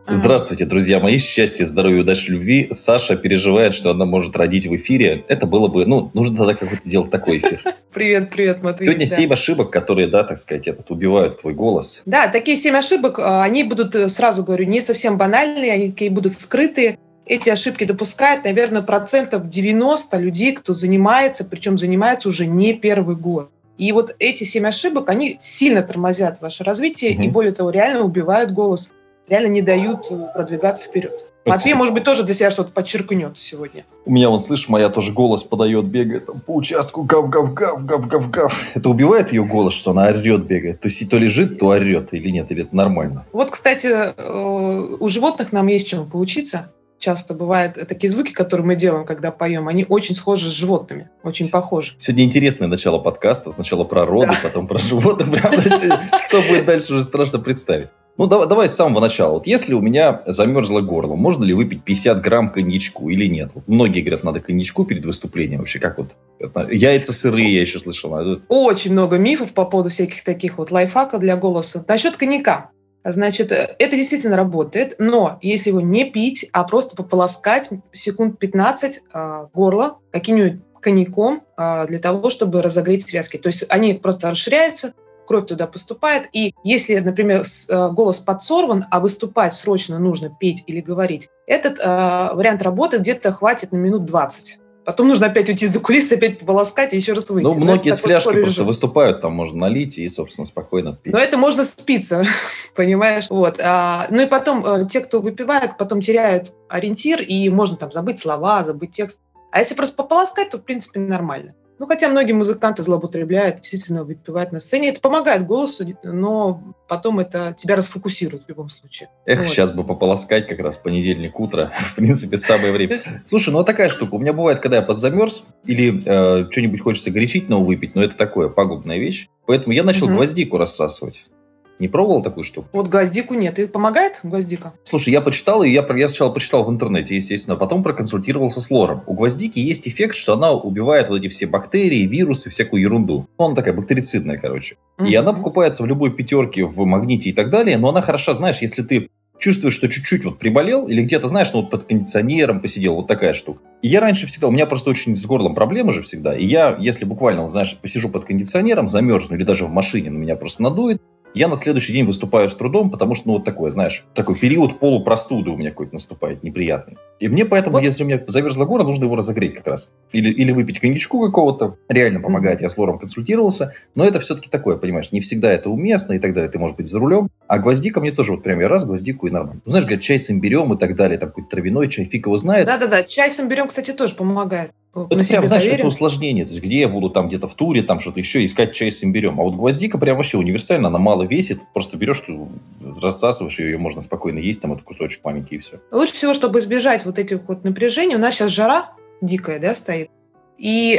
Ага. Здравствуйте, друзья мои. Счастья, здоровья, удачи, любви. Саша переживает, что она может родить в эфире. Это было бы, нужно тогда какой-то делать такой эфир. Привет, привет, Матвей. Сегодня 7 ошибок, которые, так сказать, убивают твой голос. Да, такие 7 ошибок, они будут, сразу говорю, не совсем банальные, они такие будут скрытые. Эти ошибки допускает, наверное, 90% людей, кто занимается, причем занимается уже не первый год. И вот эти 7 ошибок, они сильно тормозят ваше развитие и, более того, реально убивают голос, реально не дают продвигаться вперед. Матвей, может быть, тоже для себя что-то подчеркнет сегодня. У меня, слышишь, моя тоже голос подает, бегает там, по участку, гав-гав-гав. Это убивает ее голос, что она орет, бегает? То есть то лежит, то орет, или нет, или это нормально? Вот, кстати, у животных нам есть чему поучиться. Часто бывают такие звуки, которые мы делаем, когда поем, они очень схожи с животными, очень похожи. Сегодня интересное начало подкаста. Сначала про роды, потом про животных. Что будет дальше, уже страшно представить. Давай с самого начала. Вот если у меня замерзло горло, можно ли выпить 50 грамм коньячку или нет? Вот многие говорят, надо коньячку перед выступлением. Вообще, как вот? Яйца сырые, я еще слышал. Очень много мифов по поводу всяких таких вот лайфхаков для голоса. Насчет коньяка. Значит, это действительно работает, но если его не пить, а просто пополоскать секунд 15 горло каким-нибудь коньяком для того, чтобы разогреть связки. То есть они просто расширяются, кровь туда поступает, и если, например, голос подсорван, а выступать срочно нужно петь или говорить, этот вариант работы где-то хватит на минут 20. Потом нужно опять уйти за кулисы, опять пополоскать и еще раз выйти. Многие с фляжки просто выступают, там можно налить и, собственно, спокойно пить. Но это можно спиться, понимаешь? Вот. И потом те, кто выпивает, потом теряют ориентир, и можно там забыть слова, забыть текст. А если просто пополоскать, то, в принципе, нормально. Хотя многие музыканты злоупотребляют, действительно выпивают на сцене. Это помогает голосу, но потом это тебя расфокусирует в любом случае. Сейчас бы пополоскать как раз понедельник утро. В принципе, самое время. Слушай, такая штука. У меня бывает, когда я подзамерз или что-нибудь хочется горячительного выпить, но это такое пагубная вещь. Поэтому я начал гвоздику рассасывать. Не пробовал такую штуку? Вот гвоздику нет. И помогает гвоздика? Слушай, я почитал, и я сначала почитал в интернете, естественно, а потом проконсультировался с лором. У гвоздики есть эффект, что она убивает вот эти все бактерии, вирусы, всякую ерунду. Она такая бактерицидная, короче. И она покупается в любой пятерке, в Магните и так далее, но она хороша, знаешь, если ты чувствуешь, что чуть-чуть вот приболел, или где-то, знаешь, под кондиционером посидел, вот такая штука. И я раньше всегда, у меня просто очень с горлом проблемы же всегда, и я, если буквально, знаешь, посижу под кондиционером, замерзну, или даже в машине на меня просто надует, я на следующий день выступаю с трудом, потому что, вот такое, знаешь, такой период полупростуды у меня какой-то наступает, неприятный. И мне поэтому, если у меня замерзло горло, нужно его разогреть как раз. Или выпить коньячку какого-то, реально помогает, я с лором консультировался, но это все-таки такое, понимаешь, не всегда это уместно и так далее, ты, может быть, за рулем. А гвоздика мне тоже, вот прям я раз гвоздику и нормально. Знаешь, говорят, чай с имбирем и так далее, там какой-то травяной чай, фиг его знает. Да-да-да, чай с имбирем, кстати, тоже помогает. Это прям, знаешь, это усложнение. То есть, где я буду там где-то в туре, там что-то еще искать чай с имбирем. А вот гвоздика прям вообще универсальна, она мало весит. Просто берешь, рассасываешь ее можно спокойно есть, там, этот кусочек маленький и все. Лучше всего, чтобы избежать вот этих вот напряжений, у нас сейчас жара дикая, да, стоит. И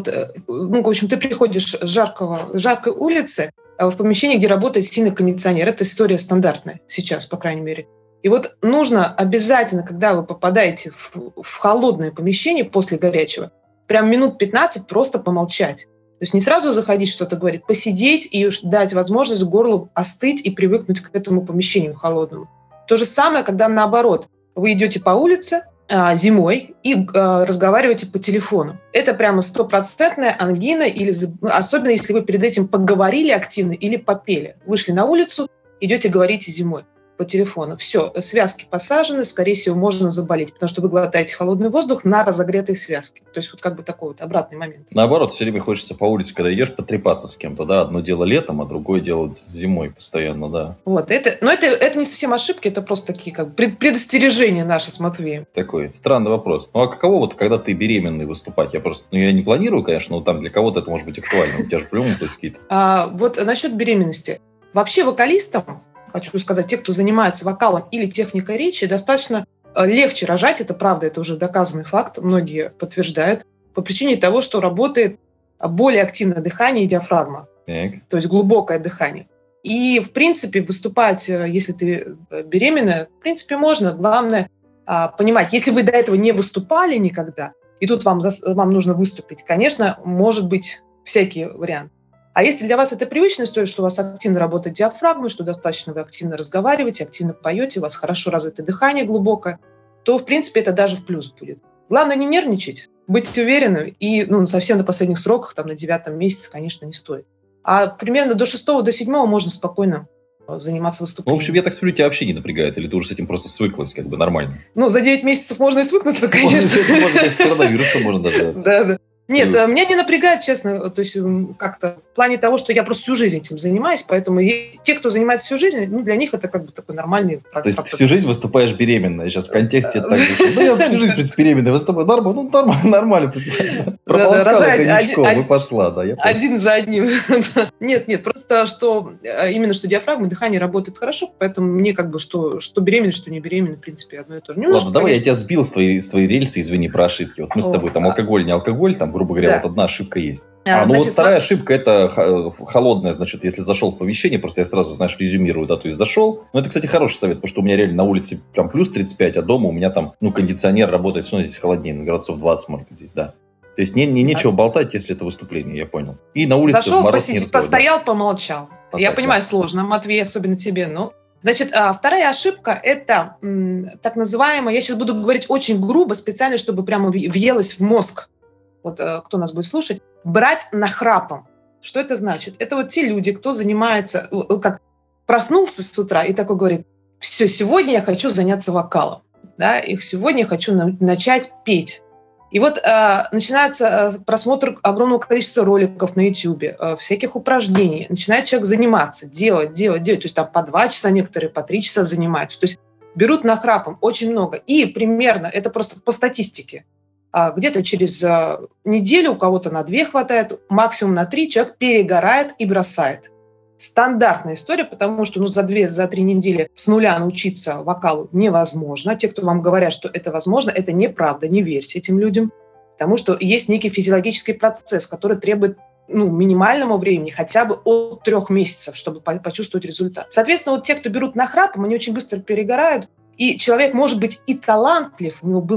в общем, ты приходишь с жаркой улицы в помещение, где работает сильный кондиционер. Это история стандартная сейчас, по крайней мере. И вот нужно обязательно, когда вы попадаете в холодное помещение после горячего, прям минут 15 просто помолчать. То есть не сразу заходить что-то говорить, посидеть и дать возможность горлу остыть и привыкнуть к этому помещению холодному. То же самое, когда наоборот, вы идете по улице зимой и разговариваете по телефону. Это прямо 100% ангина, особенно если вы перед этим поговорили активно или попели. Вышли на улицу, идете говорите зимой по телефону. Все, связки посажены, скорее всего, можно заболеть, потому что вы глотаете холодный воздух на разогретой связке. То есть вот как бы такой вот обратный момент. Наоборот, все время хочется по улице, когда идешь, потрепаться с кем-то, да. Одно дело летом, а другое дело зимой постоянно, да. Вот, это не совсем ошибки, это просто такие как предостережения наши с Матвеем. Такой странный вопрос. А каково вот, когда ты беременный выступать? Я не планирую, конечно, но там для кого-то это может быть актуально. У тебя же по-любому какие-то. Вот насчет беременности. Вообще вокалистам, хочу сказать, те, кто занимается вокалом или техникой речи, достаточно легче рожать, это правда, это уже доказанный факт, многие подтверждают, по причине того, что работает более активное дыхание и диафрагма, то есть глубокое дыхание. И, в принципе, выступать, если ты беременная, в принципе, можно. Главное понимать, если вы до этого не выступали никогда, и тут вам нужно выступить, конечно, может быть всякие варианты. А если для вас это привычная история, что у вас активно работает диафрагма, что достаточно вы активно разговариваете, активно поете, у вас хорошо развито дыхание глубокое, то, в принципе, это даже в плюс будет. Главное не нервничать, быть уверенным, и совсем на последних сроках, на 9 месяце, конечно, не стоит. А примерно до 6-го, до 7-го можно спокойно заниматься выступлением. В общем, я так смотрю, тебя вообще не напрягает, или ты уже с этим просто свыклась, нормально? За 9 месяцев можно и свыкнуться, конечно. Можно с коронавирусом, можно даже. Да. Нет, меня не напрягает, честно, то есть как-то в плане того, что я просто всю жизнь этим занимаюсь, поэтому те, кто занимается всю жизнь, для них это такой нормальный процесс. То есть ты всю жизнь выступаешь беременной, сейчас в контексте так же. Да я всю жизнь, в принципе, беременной выступаю, нормально. Прополоскала коньячком и пошла, да, я понял. Один за одним. Нет, просто что именно что диафрагма, дыхание работает хорошо, поэтому мне что беременный, что не беременный, в принципе, одно и то же. Ладно, давай я тебя сбил с твоей рельсы, извини про ошибки. Вот мы с тобой алкоголь, не алкоголь, грубо говоря, вот одна ошибка есть. Вторая ошибка – это холодная, значит, если зашел в помещение, просто я сразу, резюмирую, да, то есть зашел. Это, кстати, хороший совет, потому что у меня реально на улице прям плюс 35, а дома у меня там, кондиционер работает, все здесь холоднее, градусов 20, может быть, здесь, да. То есть нечего болтать, если это выступление, я понял. И на улице зашел, мороз не разговаривал. Постоял, помолчал. Я понимаю, сложно, Матвей, особенно тебе, Значит, вторая ошибка – это так называемая, я сейчас буду говорить очень грубо, специально, чтобы прямо въелось в мозг. Вот кто нас будет слушать, брать нахрапом. Что это значит? Это вот те люди, кто занимается, как проснулся с утра и такой говорит, все, сегодня я хочу заняться вокалом, да, и сегодня я хочу начать петь. И вот начинается просмотр огромного количества роликов на YouTube, всяких упражнений. Начинает человек заниматься, делать. То есть там по 2 часа некоторые, по 3 часа занимаются. То есть берут нахрапом очень много. И примерно, это просто по статистике, где-то через неделю, у кого-то на 2 хватает, максимум на 3 человек перегорает и бросает. Стандартная история, потому что за 2-3 недели с нуля научиться вокалу невозможно. Те, кто вам говорят, что это возможно, это неправда, не верьте этим людям, потому что есть некий физиологический процесс, который требует минимального времени, хотя бы от 3 месяцев, чтобы почувствовать результат. Соответственно, вот те, кто берут нахрапом, они очень быстро перегорают, и человек может быть и талантлив, у него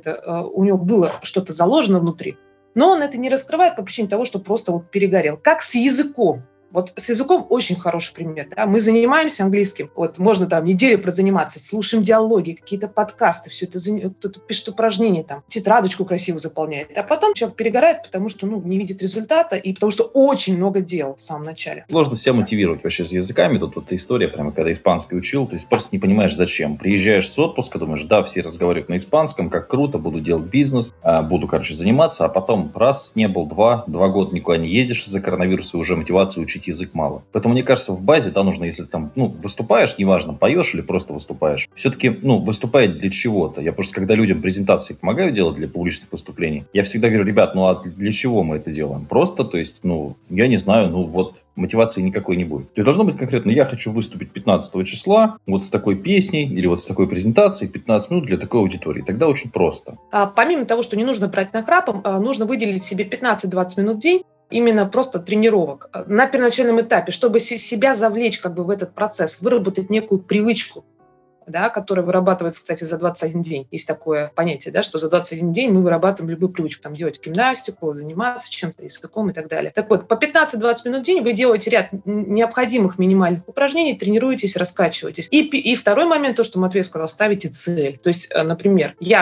было что-то заложено внутри, но он это не раскрывает по причине того, что просто перегорел. Как с языком. Вот с языком очень хороший пример. Да? Мы занимаемся английским. Вот можно неделю прозаниматься, слушаем диалоги, какие-то подкасты, все это кто-то пишет упражнения, тетрадочку красиво заполняет. А потом человек перегорает, потому что не видит результата и потому что очень много дел в самом начале. Сложно себя мотивировать вообще с языками. Тут эта история, прямо когда испанский учил, то есть просто не понимаешь, зачем. Приезжаешь с отпуска, думаешь, да, все разговаривают на испанском, как круто, буду делать бизнес, буду, заниматься, а потом раз, не был, 2 года никуда не ездишь из-за коронавируса, уже мотивации учить язык мало. Поэтому, мне кажется, в базе, нужно, если выступаешь, неважно, поешь или просто выступаешь, все-таки, выступать для чего-то. Я просто, когда людям презентации помогаю делать для публичных выступлений, я всегда говорю, ребят, а для чего мы это делаем? Просто, то есть, я не знаю, мотивации никакой не будет. То есть, должно быть конкретно, я хочу выступить 15 числа, вот с такой песней или вот с такой презентацией, 15 минут для такой аудитории. Тогда очень просто. Помимо того, что не нужно брать нахрапом, нужно выделить себе 15-20 минут в день, именно просто тренировок на первоначальном этапе, чтобы себя завлечь в этот процесс, выработать некую привычку, да, которая вырабатывается, кстати, за 21 день. Есть такое понятие, да, что за 21 день мы вырабатываем любую привычку, делать гимнастику, заниматься чем-то, языком и так далее. Так вот, по 15-20 минут в день вы делаете ряд необходимых минимальных упражнений, тренируетесь, раскачиваетесь. И второй момент, то, что Матвей сказал, ставите цель. То есть, например, я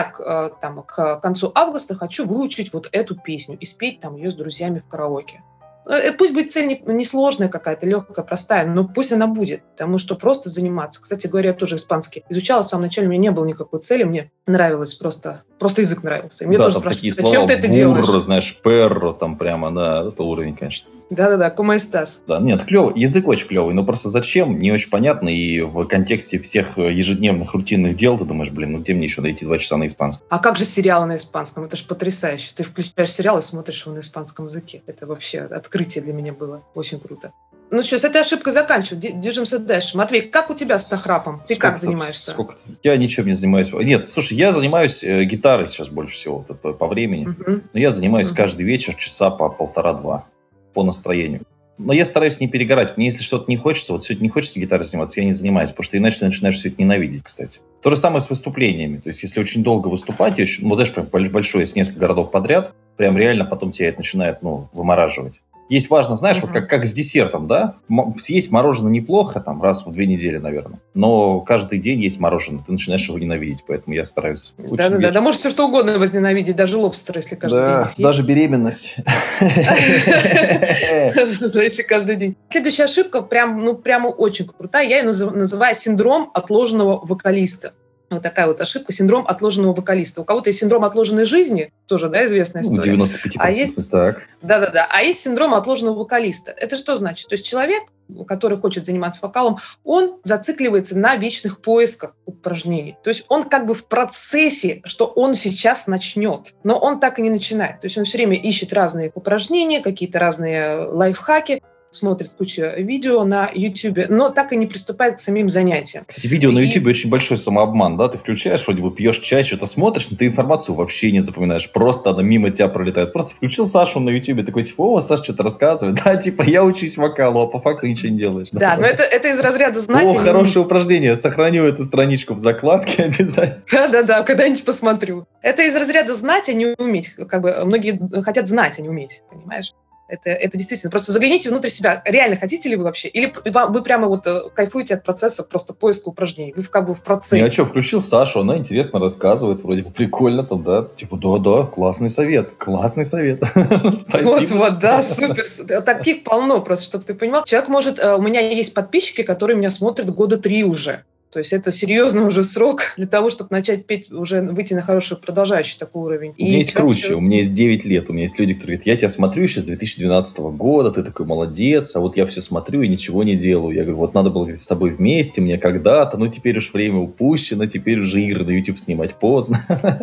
к концу августа хочу выучить вот эту песню и спеть ее с друзьями в караоке. Пусть будет цель несложная какая-то, легкая, простая, но пусть она будет, потому что просто заниматься. Кстати говоря, я тоже испанский изучала, в самом начале у меня не было никакой цели, мне нравилось просто язык нравился. И мне тоже спрашивают, зачем ты это делаешь? Бурро, знаешь, перро, прямо, да, это уровень, конечно. Да-да-да, como estás? Да, нет, клевый, язык очень клевый, но просто зачем, не очень понятно, и в контексте всех ежедневных рутинных дел ты думаешь, где мне еще дойти 2 часа на испанском? А как же сериалы на испанском? Это же потрясающе. Ты включаешь сериал и смотришь его на испанском языке. Это вообще открытие для меня было. Очень круто. С этой ошибкой заканчиваем. Держимся дальше. Матвей, как у тебя с нахрапом? Ты как занимаешься? Я ничем не занимаюсь. Нет, слушай, я занимаюсь гитарой сейчас больше всего по времени. Но я занимаюсь каждый вечер часа по 1,5-2 по настроению. Но я стараюсь не перегорать. Мне если что-то не хочется, вот сегодня не хочется гитарой заниматься, я не занимаюсь, потому что иначе ты начинаешь все это ненавидеть, кстати. То же самое с выступлениями. То есть, если очень долго выступать, прям большое, если несколько городов подряд, прям реально потом тебя это начинает, вымораживать. Есть важно, знаешь, вот как с десертом, да? Съесть мороженое неплохо, там, раз в 2 недели, наверное. Но каждый день есть мороженое, ты начинаешь его ненавидеть, поэтому я стараюсь. Да, можешь все что угодно возненавидеть, даже лобстер, если каждый день есть. Даже беременность. Если каждый день. Следующая ошибка прямо очень крутая. Я ее называю синдром отложенного вокалиста. Вот такая вот ошибка, синдром отложенного вокалиста. У кого-то есть синдром отложенной жизни, тоже, да, известная история. 95%, так. Да. А есть синдром отложенного вокалиста. Это что значит? То есть человек, который хочет заниматься вокалом, он зацикливается на вечных поисках упражнений. То есть он как бы в процессе, что он сейчас начнет, но он так и не начинает. То есть он все время ищет разные упражнения, какие-то разные лайфхаки, смотрит кучу видео на YouTube, но так и не приступает к самим занятиям. Кстати, видео на YouTube очень большой самообман, да? Ты включаешь, вроде бы пьешь чай, что-то смотришь, но ты информацию вообще не запоминаешь. Просто она мимо тебя пролетает. Просто включил Сашу на YouTube, такой, типа, о, Саша что-то рассказывает. Да, типа, я учусь вокалу, а по факту ничего не делаешь. Да, но это из разряда знать. О, хорошее упражнение. Сохраню эту страничку в закладке обязательно. Да, когда-нибудь посмотрю. Это из разряда знать, а не уметь. Как бы многие хотят знать, а не уметь, понимаешь? Это действительно. Просто загляните внутрь себя. Реально хотите ли вы вообще? Или вы прямо вот кайфуете от процесса просто поиска упражнений? Вы как бы в процессе. Я что, включил Сашу, она интересно рассказывает, вроде бы прикольно там, да? Типа, да, классный совет. Спасибо. Вот, да, супер. Таких полно просто, чтобы ты понимал. Человек может... У меня есть подписчики, которые меня смотрят 3 года уже. То есть это серьезный уже срок для того, чтобы начать петь, уже выйти на хороший продолжающий такой уровень. У меня есть круче, у меня есть 9 лет, у меня есть люди, которые говорят, я тебя смотрю еще с 2012 года, ты такой молодец, а вот я все смотрю и ничего не делаю. Я говорю, вот надо было, говорит, с тобой вместе, мне когда-то, но теперь уж время упущено, теперь уже игры на YouTube снимать поздно.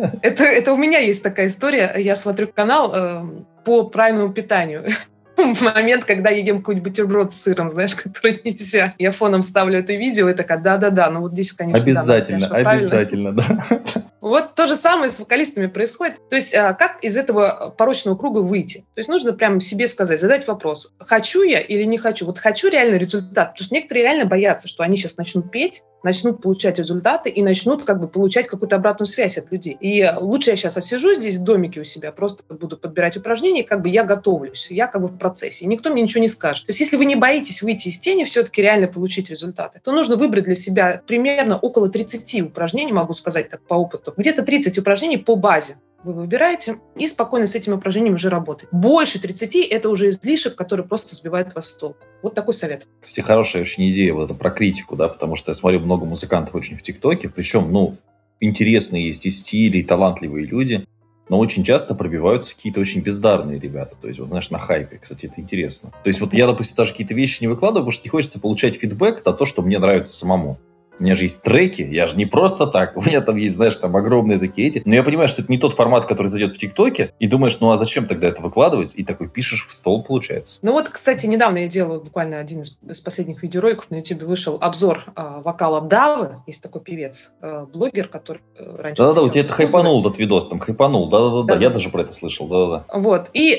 Это у меня есть такая история, я смотрю канал по правильному питанию. В момент, когда я ем какой-нибудь бутерброд с сыром, знаешь, который нельзя. Я фоном ставлю это видео и такая, да, ну вот здесь, конечно, обязательно, да. Вот то же самое с вокалистами происходит. То есть как из этого порочного круга выйти? То есть нужно прямо себе сказать, задать вопрос, хочу я или не хочу? Вот хочу реально результат. Потому что некоторые реально боятся, что они сейчас начнут петь, начнут получать результаты и начнут как бы получать какую-то обратную связь от людей. И лучше я сейчас осижу здесь в домике у себя, просто буду подбирать упражнения, как бы я готовлюсь, я как бы в процессе, и никто мне ничего не скажет. То есть если вы не боитесь выйти из тени, все-таки реально получить результаты, то нужно выбрать для себя примерно около 30 упражнений, могу сказать так по опыту, где-то 30 упражнений по базе. Вы выбираете и спокойно с этим упражнением уже работаете. Больше 30 – это уже излишек, который просто сбивает вас с толку. Вот такой совет. Кстати, хорошая очень идея вот это про критику, да, потому что я смотрю много музыкантов очень в ТикТоке, причем, интересные есть и стили, и талантливые люди, но очень часто пробиваются какие-то очень бездарные ребята. То есть, вот знаешь, на хайпе, кстати, это интересно. То есть, вот я, допустим, даже какие-то вещи не выкладываю, потому что не хочется получать фидбэк на то, что мне нравится самому. У меня же есть треки, я же не просто так. У меня там есть, знаешь, там огромные такие эти. Но я понимаю, что это не тот формат, который зайдет в ТикТоке. И думаешь, а зачем тогда это выкладывать? И такой пишешь в стол, получается. Ну вот, кстати, недавно я делала буквально один из последних видеороликов. На YouTube вышел обзор вокала Давы. Есть такой певец, блогер, который раньше... Да-да-да, у тебя это хайпанул этот видос, там хайпанул. Да-да-да, я даже про это слышал. Да-да-да. Вот. И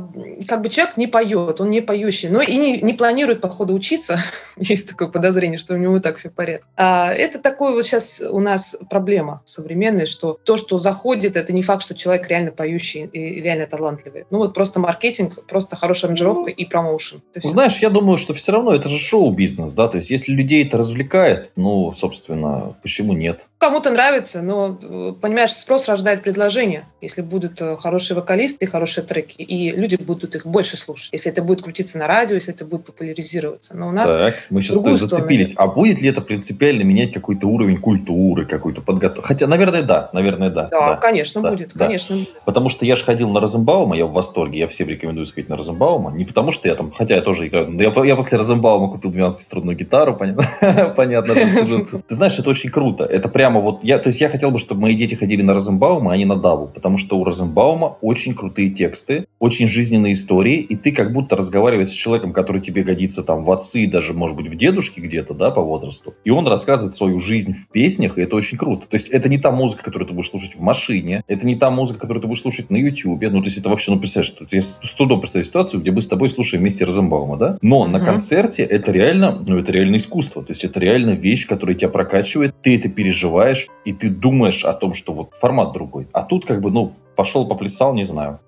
как бы человек не поет, он не поющий, но и не планирует, походу, учиться. Есть такое подозрение, что у него так все в порядке. Это такой вот сейчас у нас проблема современная, что то, что заходит, это не факт, что человек реально поющий и реально талантливый. Ну вот просто маркетинг, просто хорошая аранжировка и промоушен. Знаешь, я думаю, что все равно это же шоу-бизнес, да, то есть если людей это развлекает, собственно, почему нет? Кому-то нравится, но, понимаешь, спрос рождает предложение. Если будут хорошие вокалисты, хорошие треки, и люди будут их больше слушать. Если это будет крутиться на радио, если это будет популяризироваться. Но у нас так, мы сейчас зацепились. А будет ли это принципиально менять какой-то уровень культуры, какую-то подготовку? Хотя, наверное, да. Да, конечно, будет. Потому что я же ходил на Розенбаума, я в восторге, я всем рекомендую сходить на Розенбаума. Не потому что я там, хотя я тоже играю, но я после Розенбаума купил 12-струнную гитару, понятно. Ты знаешь, это очень круто. Это прямо вот, я хотел бы, чтобы мои дети ходили на Розенбаума, а не на Даву, потому что у Розенбаума очень крутые тексты, очень жизненные истории, и ты как будто разговариваешь с человеком, который тебе годится там в отцы, даже, может быть, в дедушке где-то, да, по возрасту, и он рассказывает свою жизнь в песнях, и это очень круто. То есть это не та музыка, которую ты будешь слушать в машине, это не та музыка, которую ты будешь слушать на Ютьюбе, то есть это вообще, представляешь, что я с трудом представляю ситуацию, где мы с тобой слушаем вместе Розенбаума, да, но на концерте это реально, это реально искусство, то есть это реально вещь, которая тебя прокачивает, ты это переживаешь, и ты думаешь о том, что вот формат другой, а тут как бы, пошел поплясал, не знаю.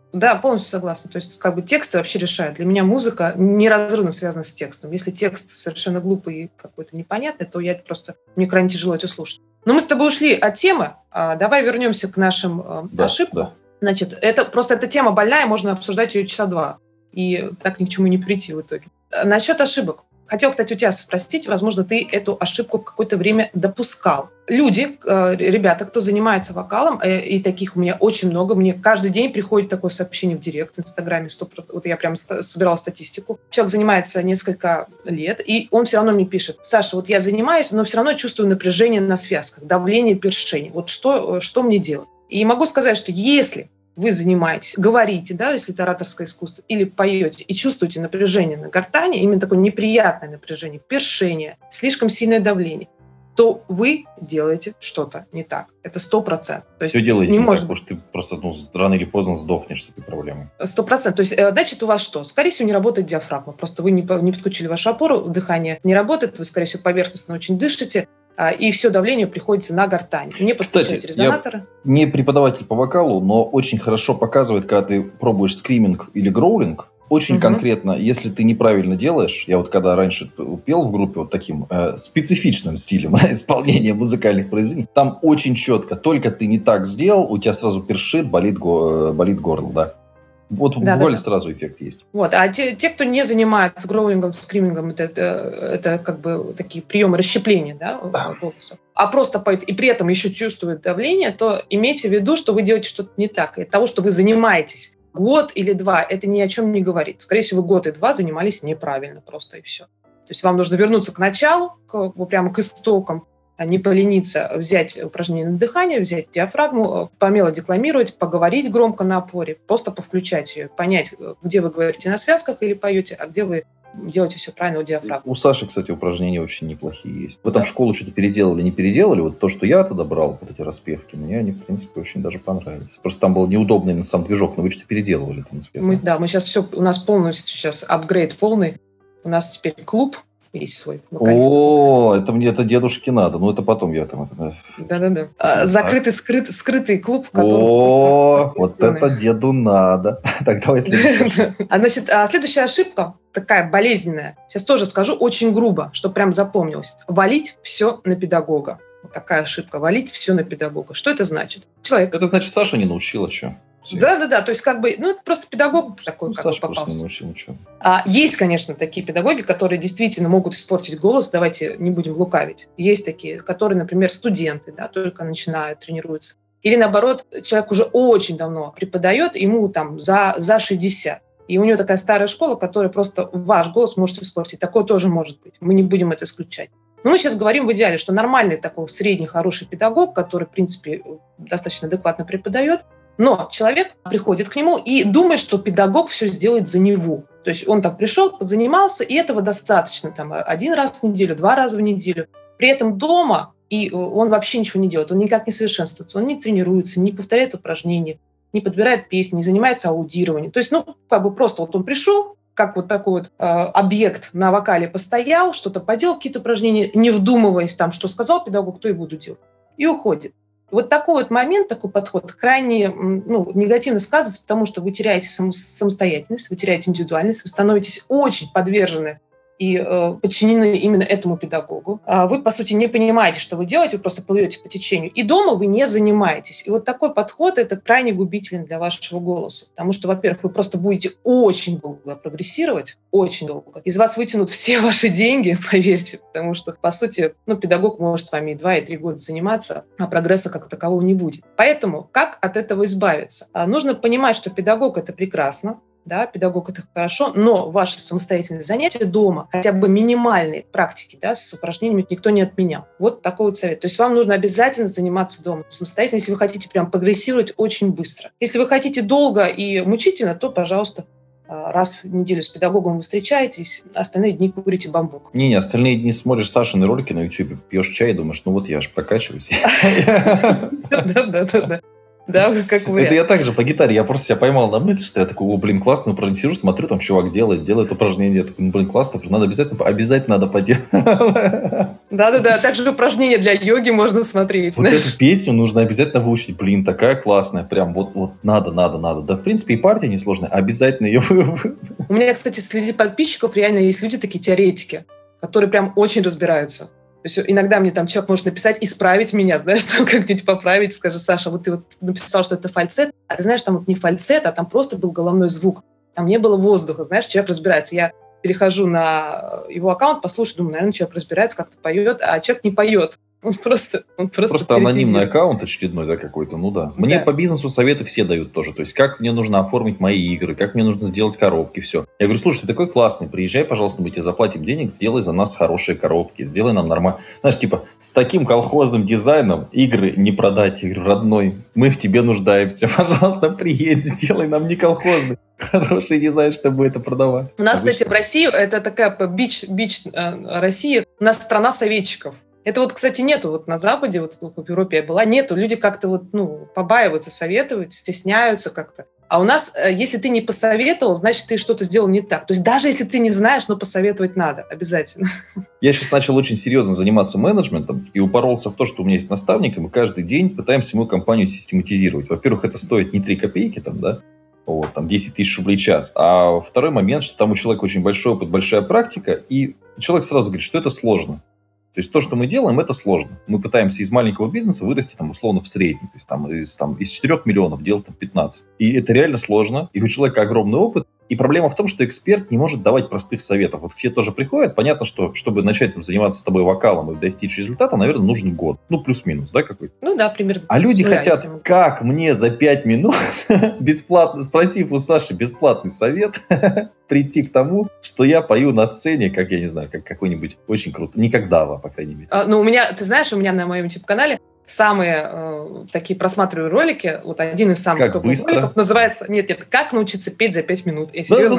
Да, полностью согласна. То есть как бы тексты вообще решают. Для меня музыка неразрывно связана с текстом. Если текст совершенно глупый и какой-то непонятный, то мне крайне тяжело это слушать. Но мы с тобой ушли от темы. Давай вернемся к нашим ошибкам. Да. Значит, эта тема больная, можно обсуждать ее часа два. И так ни к чему не прийти в итоге. Насчет ошибок. Хотел, кстати, у тебя спросить, возможно, ты эту ошибку в какое-то время допускал. Люди, ребята, кто занимается вокалом, и таких у меня очень много, мне каждый день приходит такое сообщение в директ в Инстаграме, 100%, вот я прям собирала статистику. Человек занимается несколько лет, и он все равно мне пишет: Саша, вот я занимаюсь, но все равно чувствую напряжение на связках, давление, першение. Вот что мне делать? И могу сказать, что если вы занимаетесь, говорите, да, если это ораторское искусство, или поете, и чувствуете напряжение на гортани, именно такое неприятное напряжение, першение, слишком сильное давление, то вы делаете что-то не так. Это 100%. Все делаете не так, потому что ты просто рано или поздно сдохнешь с этой проблемой. 100%. То есть, значит, у вас что? Скорее всего, не работает диафрагма. Просто вы не подключили вашу опору, дыхание не работает, вы, скорее всего, поверхностно очень дышите, и все давление приходится на гортань. Не подключать резонаторы. Я не преподаватель по вокалу, но очень хорошо показывает, когда ты пробуешь скриминг или гроулинг, очень конкретно, если ты неправильно делаешь, я вот когда раньше пел в группе вот таким специфичным стилем исполнения музыкальных произведений, там очень четко, только ты не так сделал, у тебя сразу першит, болит горло, да. Вот буквально сразу эффект есть. Вот. А те, кто не занимается гроулингом, скримингом, это как бы такие приемы расщепления, да, голоса, а просто поет и при этом еще чувствует давление, то имейте в виду, что вы делаете что-то не так. И от того, что вы занимаетесь год или два, это ни о чем не говорит. Скорее всего, год и два занимались неправильно просто, и все. То есть вам нужно вернуться к началу, прямо к истокам, не полениться, взять упражнение на дыхание, взять диафрагму, помело декламировать, поговорить громко на опоре, просто повключать ее, понять, где вы говорите на связках или поете, а где вы делаете все правильно у диафрагмы. У Саши, кстати, упражнения очень неплохие есть. Вы там школу что-то переделали, не переделали? Вот то, что я тогда брал, вот эти распевки, мне они, в принципе, очень даже понравились. Просто там был неудобный на сам движок, но вы что-то переделывали там. Мы сейчас все, у нас полностью сейчас апгрейд полный. У нас теперь клуб есть свой. О, это дедушке надо. Ну, это потом я там... Да. Закрытый, скрытый клуб. О, вот это деду надо. Так, давай следующий. Значит, следующая ошибка, такая болезненная, сейчас тоже скажу очень грубо, чтобы прям запомнилось. Валить все на педагога. Вот такая ошибка. Валить все на педагога. Что это значит? Это значит, Саша не научила, что? Да. То есть, как бы, это просто педагог такой, как Саша попался. Просто не научил ничего. Есть, конечно, такие педагоги, которые действительно могут испортить голос. Давайте не будем лукавить. Есть такие, которые, например, студенты, да, только начинают, тренируются. Или, наоборот, человек уже очень давно преподает, ему там за 60. И у него такая старая школа, которая просто ваш голос может испортить. Такое тоже может быть. Мы не будем это исключать. Но мы сейчас говорим в идеале, что нормальный такой средний хороший педагог, который, в принципе, достаточно адекватно преподает, но человек приходит к нему и думает, что педагог все сделает за него. То есть он там пришел, позанимался, и этого достаточно. Там 1 раз в неделю, 2 раза в неделю. При этом дома и он вообще ничего не делает, он никак не совершенствуется, он не тренируется, не повторяет упражнения, не подбирает песни, не занимается аудированием. То есть, просто вот он пришел, как вот такой вот объект на вокале постоял, что-то поделал, какие-то упражнения, не вдумываясь там, что сказал педагог, то и буду делать. И уходит. Вот такой вот момент, такой подход крайне негативно сказывается, потому что вы теряете самостоятельность, вы теряете индивидуальность, вы становитесь очень подвержены и подчинены именно этому педагогу. Вы, по сути, не понимаете, что вы делаете, вы просто плывете по течению. И дома вы не занимаетесь. И вот такой подход – это крайне губителен для вашего голоса. Потому что, во-первых, вы просто будете очень долго прогрессировать, очень долго. Из вас вытянут все ваши деньги, поверьте, потому что, по сути, педагог может с вами и 2, и 3 года заниматься, а прогресса как такового не будет. Поэтому как от этого избавиться? Нужно понимать, что педагог – это прекрасно, да, педагог – это хорошо, но ваши самостоятельные занятия дома, хотя бы минимальные практики, да, с упражнениями никто не отменял. Вот такой вот совет. То есть вам нужно обязательно заниматься дома самостоятельно, если вы хотите прям прогрессировать очень быстро. Если вы хотите долго и мучительно, то, пожалуйста, раз в неделю с педагогом вы встречаетесь, остальные дни курите бамбук. Не, остальные дни смотришь Сашины ролики на YouTube, пьешь чай и думаешь, я же прокачиваюсь. Да. Да, как вариант. Это я также по гитаре. Я просто себя поймал на мысли, что я такой, классный упражнение. Сижу, смотрю, там чувак делает упражнение. Я такой, классно, надо обязательно надо поделать. Да-да-да, также упражнения для йоги можно смотреть. Вот эту песню нужно обязательно выучить. Блин, такая классная. Прям вот надо. Да, в принципе, и партия несложная. Обязательно ее... У меня, кстати, среди подписчиков реально есть люди, такие теоретики, которые прям очень разбираются. То есть иногда мне там человек может написать, исправить меня, знаешь, там как-нибудь поправить, скажи, Саша, вот ты вот написал, что это фальцет, а ты знаешь, там вот не фальцет, а там просто был головной звук. Там не было воздуха, знаешь, человек разбирается. Я перехожу на его аккаунт, послушаю, думаю, наверное, человек разбирается, как-то поет, а человек не поет. Он просто Анонимный аккаунт очередной, да, какой-то, ну да. Мне по бизнесу советы все дают тоже. То есть, как мне нужно оформить мои игры, как мне нужно сделать коробки, все. Я говорю, слушай, ты такой классный, приезжай, пожалуйста, мы тебе заплатим денег, сделай за нас хорошие коробки, сделай нам нормально. Знаешь, типа, с таким колхозным дизайном игры не продать. Я говорю, родной, мы в тебе нуждаемся, пожалуйста, приедь, сделай нам не колхозный. Хороший дизайн, чтобы это продавать. У нас, кстати, в России, это такая бич России, у нас страна советчиков. Это вот, кстати, нету вот на Западе, вот в Европе я была, нету. Люди как-то вот, побаиваются советовать, стесняются как-то. А у нас, если ты не посоветовал, значит, ты что-то сделал не так. То есть даже если ты не знаешь, но посоветовать надо обязательно. Я сейчас начал очень серьезно заниматься менеджментом и упоролся в то, что у меня есть наставник, и мы каждый день пытаемся мою компанию систематизировать. Во-первых, это стоит не 3 копейки, там, да, вот, там 10 тысяч рублей в час. А второй момент, что там у человека очень большой опыт, большая практика, и человек сразу говорит, что это сложно. То есть то, что мы делаем, это сложно. Мы пытаемся из маленького бизнеса вырасти там, условно в средний. То есть из 4 миллионов делать 15. И это реально сложно. И у человека огромный опыт. И проблема в том, что эксперт не может давать простых советов. Вот к тебе тоже приходят. Понятно, что чтобы начать заниматься с тобой вокалом и достичь результата, наверное, нужен год. Плюс-минус, да, какой-то? Ну да, примерно. А люди хотят, как мне за 5 минут, бесплатно, спросив у Саши бесплатный совет, прийти к тому, что я пою на сцене, как, я не знаю, как какой-нибудь очень круто. Никогда, по крайней мере. У меня, ты знаешь, у меня на моем YouTube-канале самые такие просматриваемые ролики, вот один из самых роликов называется «Как научиться петь за 5 минут».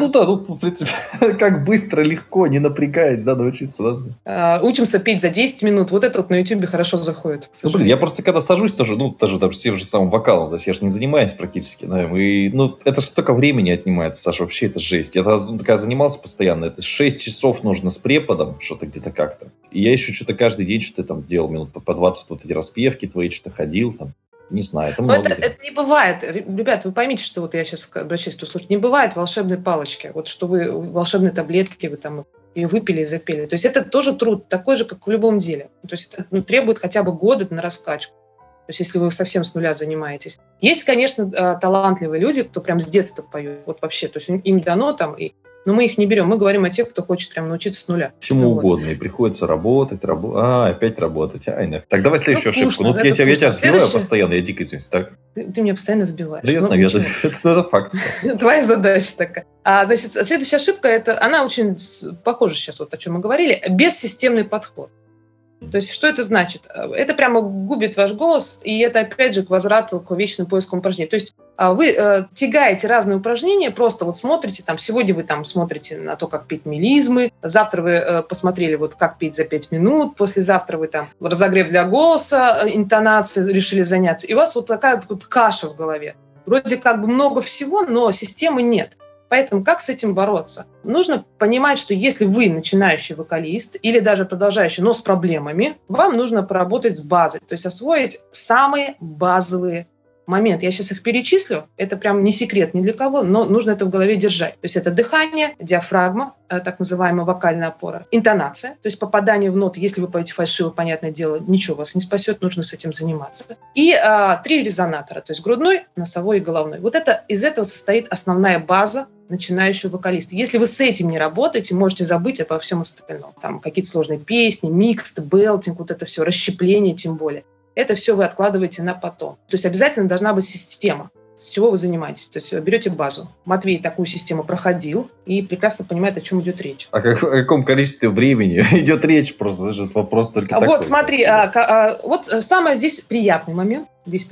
В принципе, как быстро, легко, не напрягаясь, научиться. Учимся петь за 10 минут. Вот это вот на YouTube хорошо заходит. Я просто когда сажусь тоже, даже там с тем же самым вокалом, я же не занимаюсь практически, это же столько времени отнимает, Саша, вообще это жесть. Я тогда занимался постоянно, это 6 часов нужно с преподом, что-то где-то как-то. И я еще что-то каждый день что-то там делал, минут по 20, вот эти распевки твои, что-то ходил, там, не знаю, это много. Это не бывает. Ребят, вы поймите, что вот я сейчас обращаюсь, кто слушает, не бывает волшебной палочки. Вот что вы волшебные таблетки, вы там ее выпили и запели. То есть это тоже труд, такой же, как в любом деле. То есть это требует хотя бы года на раскачку. То есть если вы совсем с нуля занимаетесь. Есть, конечно, талантливые люди, кто прям с детства поют. Вот вообще, то есть им дано там, но мы их не берем. Мы говорим о тех, кто хочет прям научиться с нуля. Чему угодно. И приходится работать, опять работать. Так, давай следующую ошибку. Я тебя сбиваю постоянно, я дико извиняюсь. Так. Ты меня постоянно сбиваешь. Да я знаю, это факт. Твоя задача такая. Значит, следующая ошибка, она очень похожа сейчас, вот о чем мы говорили, бессистемный подход. То есть что это значит? Это прямо губит ваш голос, и это опять же к возврату к вечным поискам упражнений. То есть вы тягаете разные упражнения, просто вот смотрите, сегодня вы смотрите на то, как петь мелизмы, завтра вы посмотрели, как петь за 5 минут, послезавтра вы разогрев для голоса, интонации решили заняться, и у вас вот такая вот каша в голове. Вроде как бы много всего, но системы нет. Поэтому как с этим бороться? Нужно понимать, что если вы начинающий вокалист или даже продолжающий, но с проблемами, вам нужно поработать с базой, то есть освоить самые базовые моменты. Я сейчас их перечислю, это прям не секрет ни для кого, но нужно это в голове держать. То есть это дыхание, диафрагма, так называемая вокальная опора, интонация, то есть попадание в ноты. Если вы поете фальшиво, понятное дело, ничего вас не спасет, нужно с этим заниматься. И 3 резонатора, то есть грудной, носовой и головной. Вот из этого состоит основная база начинающего вокалиста. Если вы с этим не работаете, можете забыть обо всем остальном. Там какие-то сложные песни, микс, белтинг, вот это все, расщепление тем более. Это все вы откладываете на потом. То есть обязательно должна быть система, с чего вы занимаетесь. То есть берете базу. Матвей такую систему проходил и прекрасно понимает, о чем идет речь. О каком количестве времени идет речь? Просто вопрос только такой. Вот смотри, вот самый здесь приятный момент.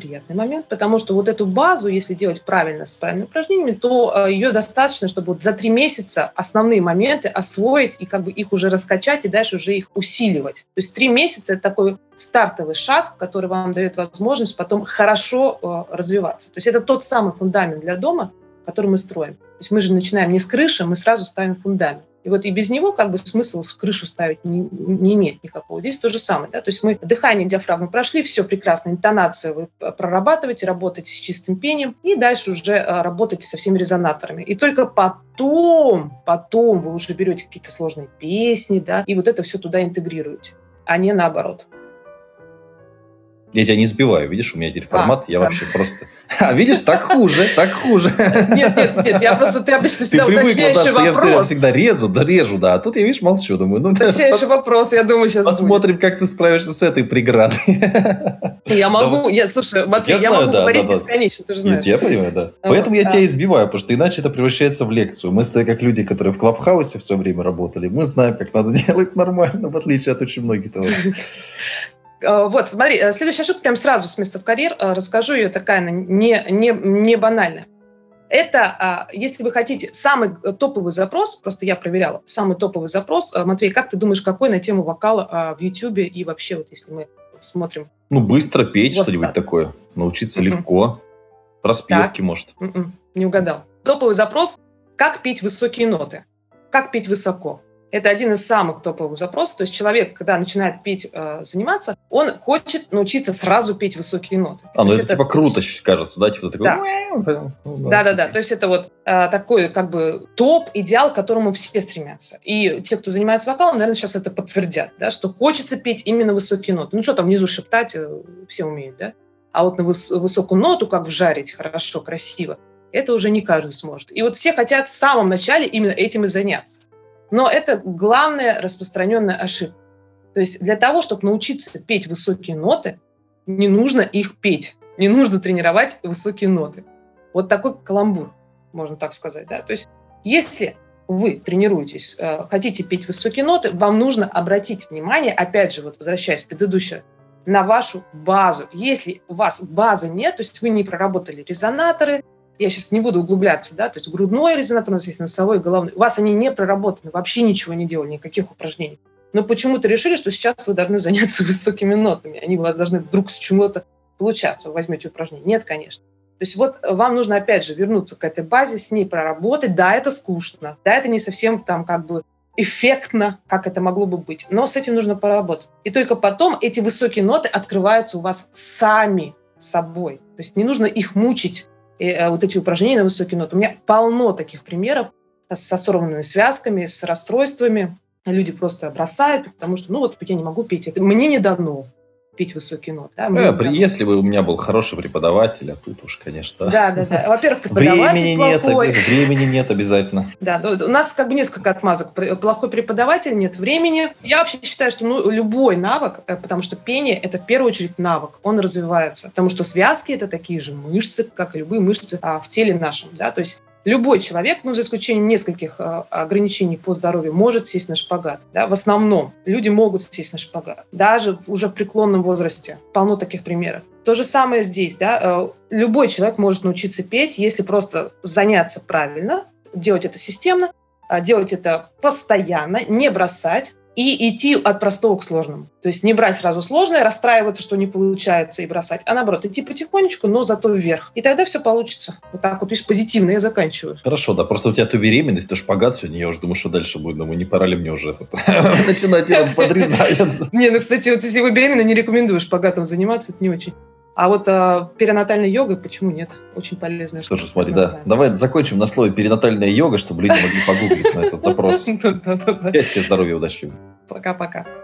Потому что вот эту базу, если делать правильно, с правильными упражнениями, то ее достаточно, чтобы за 3 месяца основные моменты освоить и как бы их уже раскачать и дальше уже их усиливать. То есть 3 месяца – это такой стартовый шаг, который вам дает возможность потом хорошо развиваться. То есть это тот самый фундамент для дома, который мы строим. То есть мы же начинаем не с крыши, мы сразу ставим фундамент. И вот и без него как бы смысл крышу ставить не имеет никакого. Здесь то же самое. Да? То есть мы дыхание, диафрагму прошли, все прекрасно, интонацию вы прорабатываете, работаете с чистым пением, и дальше уже работаете со всеми резонаторами. И только потом вы уже берете какие-то сложные песни, да, и вот это все туда интегрируете, а не наоборот. Я тебя не сбиваю, видишь, у меня теперь формат, я вообще просто... видишь, так хуже. Нет, я просто, ты обычно всегда уточняющий вопрос. Ты привыкла, что я всегда режу, а тут я, видишь, молчу, думаю. Уточняющий вопрос, я думаю, сейчас посмотрим, как ты справишься с этой преградой. Я могу, слушай, Матвей, я могу говорить бесконечно, ты же знаешь. Я понимаю, да. Поэтому я тебя избиваю, потому что иначе это превращается в лекцию. Мы с тобой, как люди, которые в Клабхаусе все время работали, мы знаем, как надо делать нормально, в отличие от очень многих товарищей. Вот, смотри, следующая ошибка прям сразу с места в карьер. Расскажу ее, такая она не банальная. Это, если вы хотите, самый топовый запрос, просто я проверяла, самый топовый запрос. Матвей, как ты думаешь, какой на тему вокала в Ютьюбе и вообще, вот если мы смотрим? Быстро петь что-нибудь такое. Научиться легко. Проспевки, может. Не угадал. Топовый запрос – как петь высокие ноты. Как петь высоко. Это один из самых топовых запросов. То есть человек, когда начинает петь, заниматься, он хочет научиться сразу петь высокие ноты. Это типа круто кажется, да? Типа такой... Да. То есть это вот такой как бы топ, идеал, к которому все стремятся. И те, кто занимается вокалом, наверное, сейчас это подтвердят, да, что хочется петь именно высокие ноты. Ну что там внизу шептать, все умеют, да? А вот на высокую ноту как вжарить хорошо, красиво, это уже не каждый сможет. И вот все хотят в самом начале именно этим и заняться. Но это главная распространенная ошибка. То есть для того, чтобы научиться петь высокие ноты, не нужно их петь, не нужно тренировать высокие ноты. Вот такой каламбур, можно так сказать. Да? То есть если вы тренируетесь, хотите петь высокие ноты, вам нужно обратить внимание, опять же, вот возвращаясь к предыдущему, на вашу базу. Если у вас базы нет, то есть вы не проработали резонаторы, я сейчас не буду углубляться, да, то есть грудной резонатор у нас есть, носовой, головной. У вас они не проработаны, вообще ничего не делали, никаких упражнений. Но почему-то решили, что сейчас вы должны заняться высокими нотами. Они у вас должны вдруг с чего-то получаться. Вы возьмете упражнение. Нет, конечно. То есть вот вам нужно, опять же, вернуться к этой базе, с ней проработать. Да, это скучно. Да, это не совсем там как бы эффектно, как это могло бы быть. Но с этим нужно поработать. И только потом эти высокие ноты открываются у вас сами собой. То есть не нужно их мучить. И вот эти упражнения на высокие ноты. У меня полно таких примеров со сорванными связками, с расстройствами. Люди просто бросают, потому что, я не могу петь. Это мне не дано петь высокие ноты. Да? Если бы у меня был хороший преподаватель, а тут уж, конечно... Да. Во-первых, преподаватель плохой. Времени нет обязательно. Да, у нас как бы несколько отмазок. Плохой преподаватель, нет времени. Я вообще считаю, что любой навык, потому что пение – это в первую очередь навык, он развивается. Потому что связки – это такие же мышцы, как и любые мышцы в теле нашем. Да? То есть любой человек, за исключением нескольких ограничений по здоровью, может сесть на шпагат. Да? В основном люди могут сесть на шпагат. Даже уже в преклонном возрасте. Полно таких примеров. То же самое здесь. Да? Любой человек может научиться петь, если просто заняться правильно, делать это системно, делать это постоянно, не бросать и идти от простого к сложному. То есть не брать сразу сложное, расстраиваться, что не получается, и бросать, а наоборот, идти потихонечку, но зато вверх. И тогда все получится. Вот так вот, видишь, позитивно я заканчиваю. Хорошо, да, просто у тебя то беременность, то шпагат сегодня, я уже думаю, что дальше будет, думаю, не пора ли мне уже начинать подрезать. Не, кстати, вот если вы беременны, не рекомендую шпагатом заниматься, это не очень. А вот перинатальной йогой, почему нет? Очень полезная штука. Слушай, смотри, да. Давай закончим на слове перинатальная йога, чтобы люди могли погуглить на этот запрос. Счастья, здоровья, удачи. Пока-пока.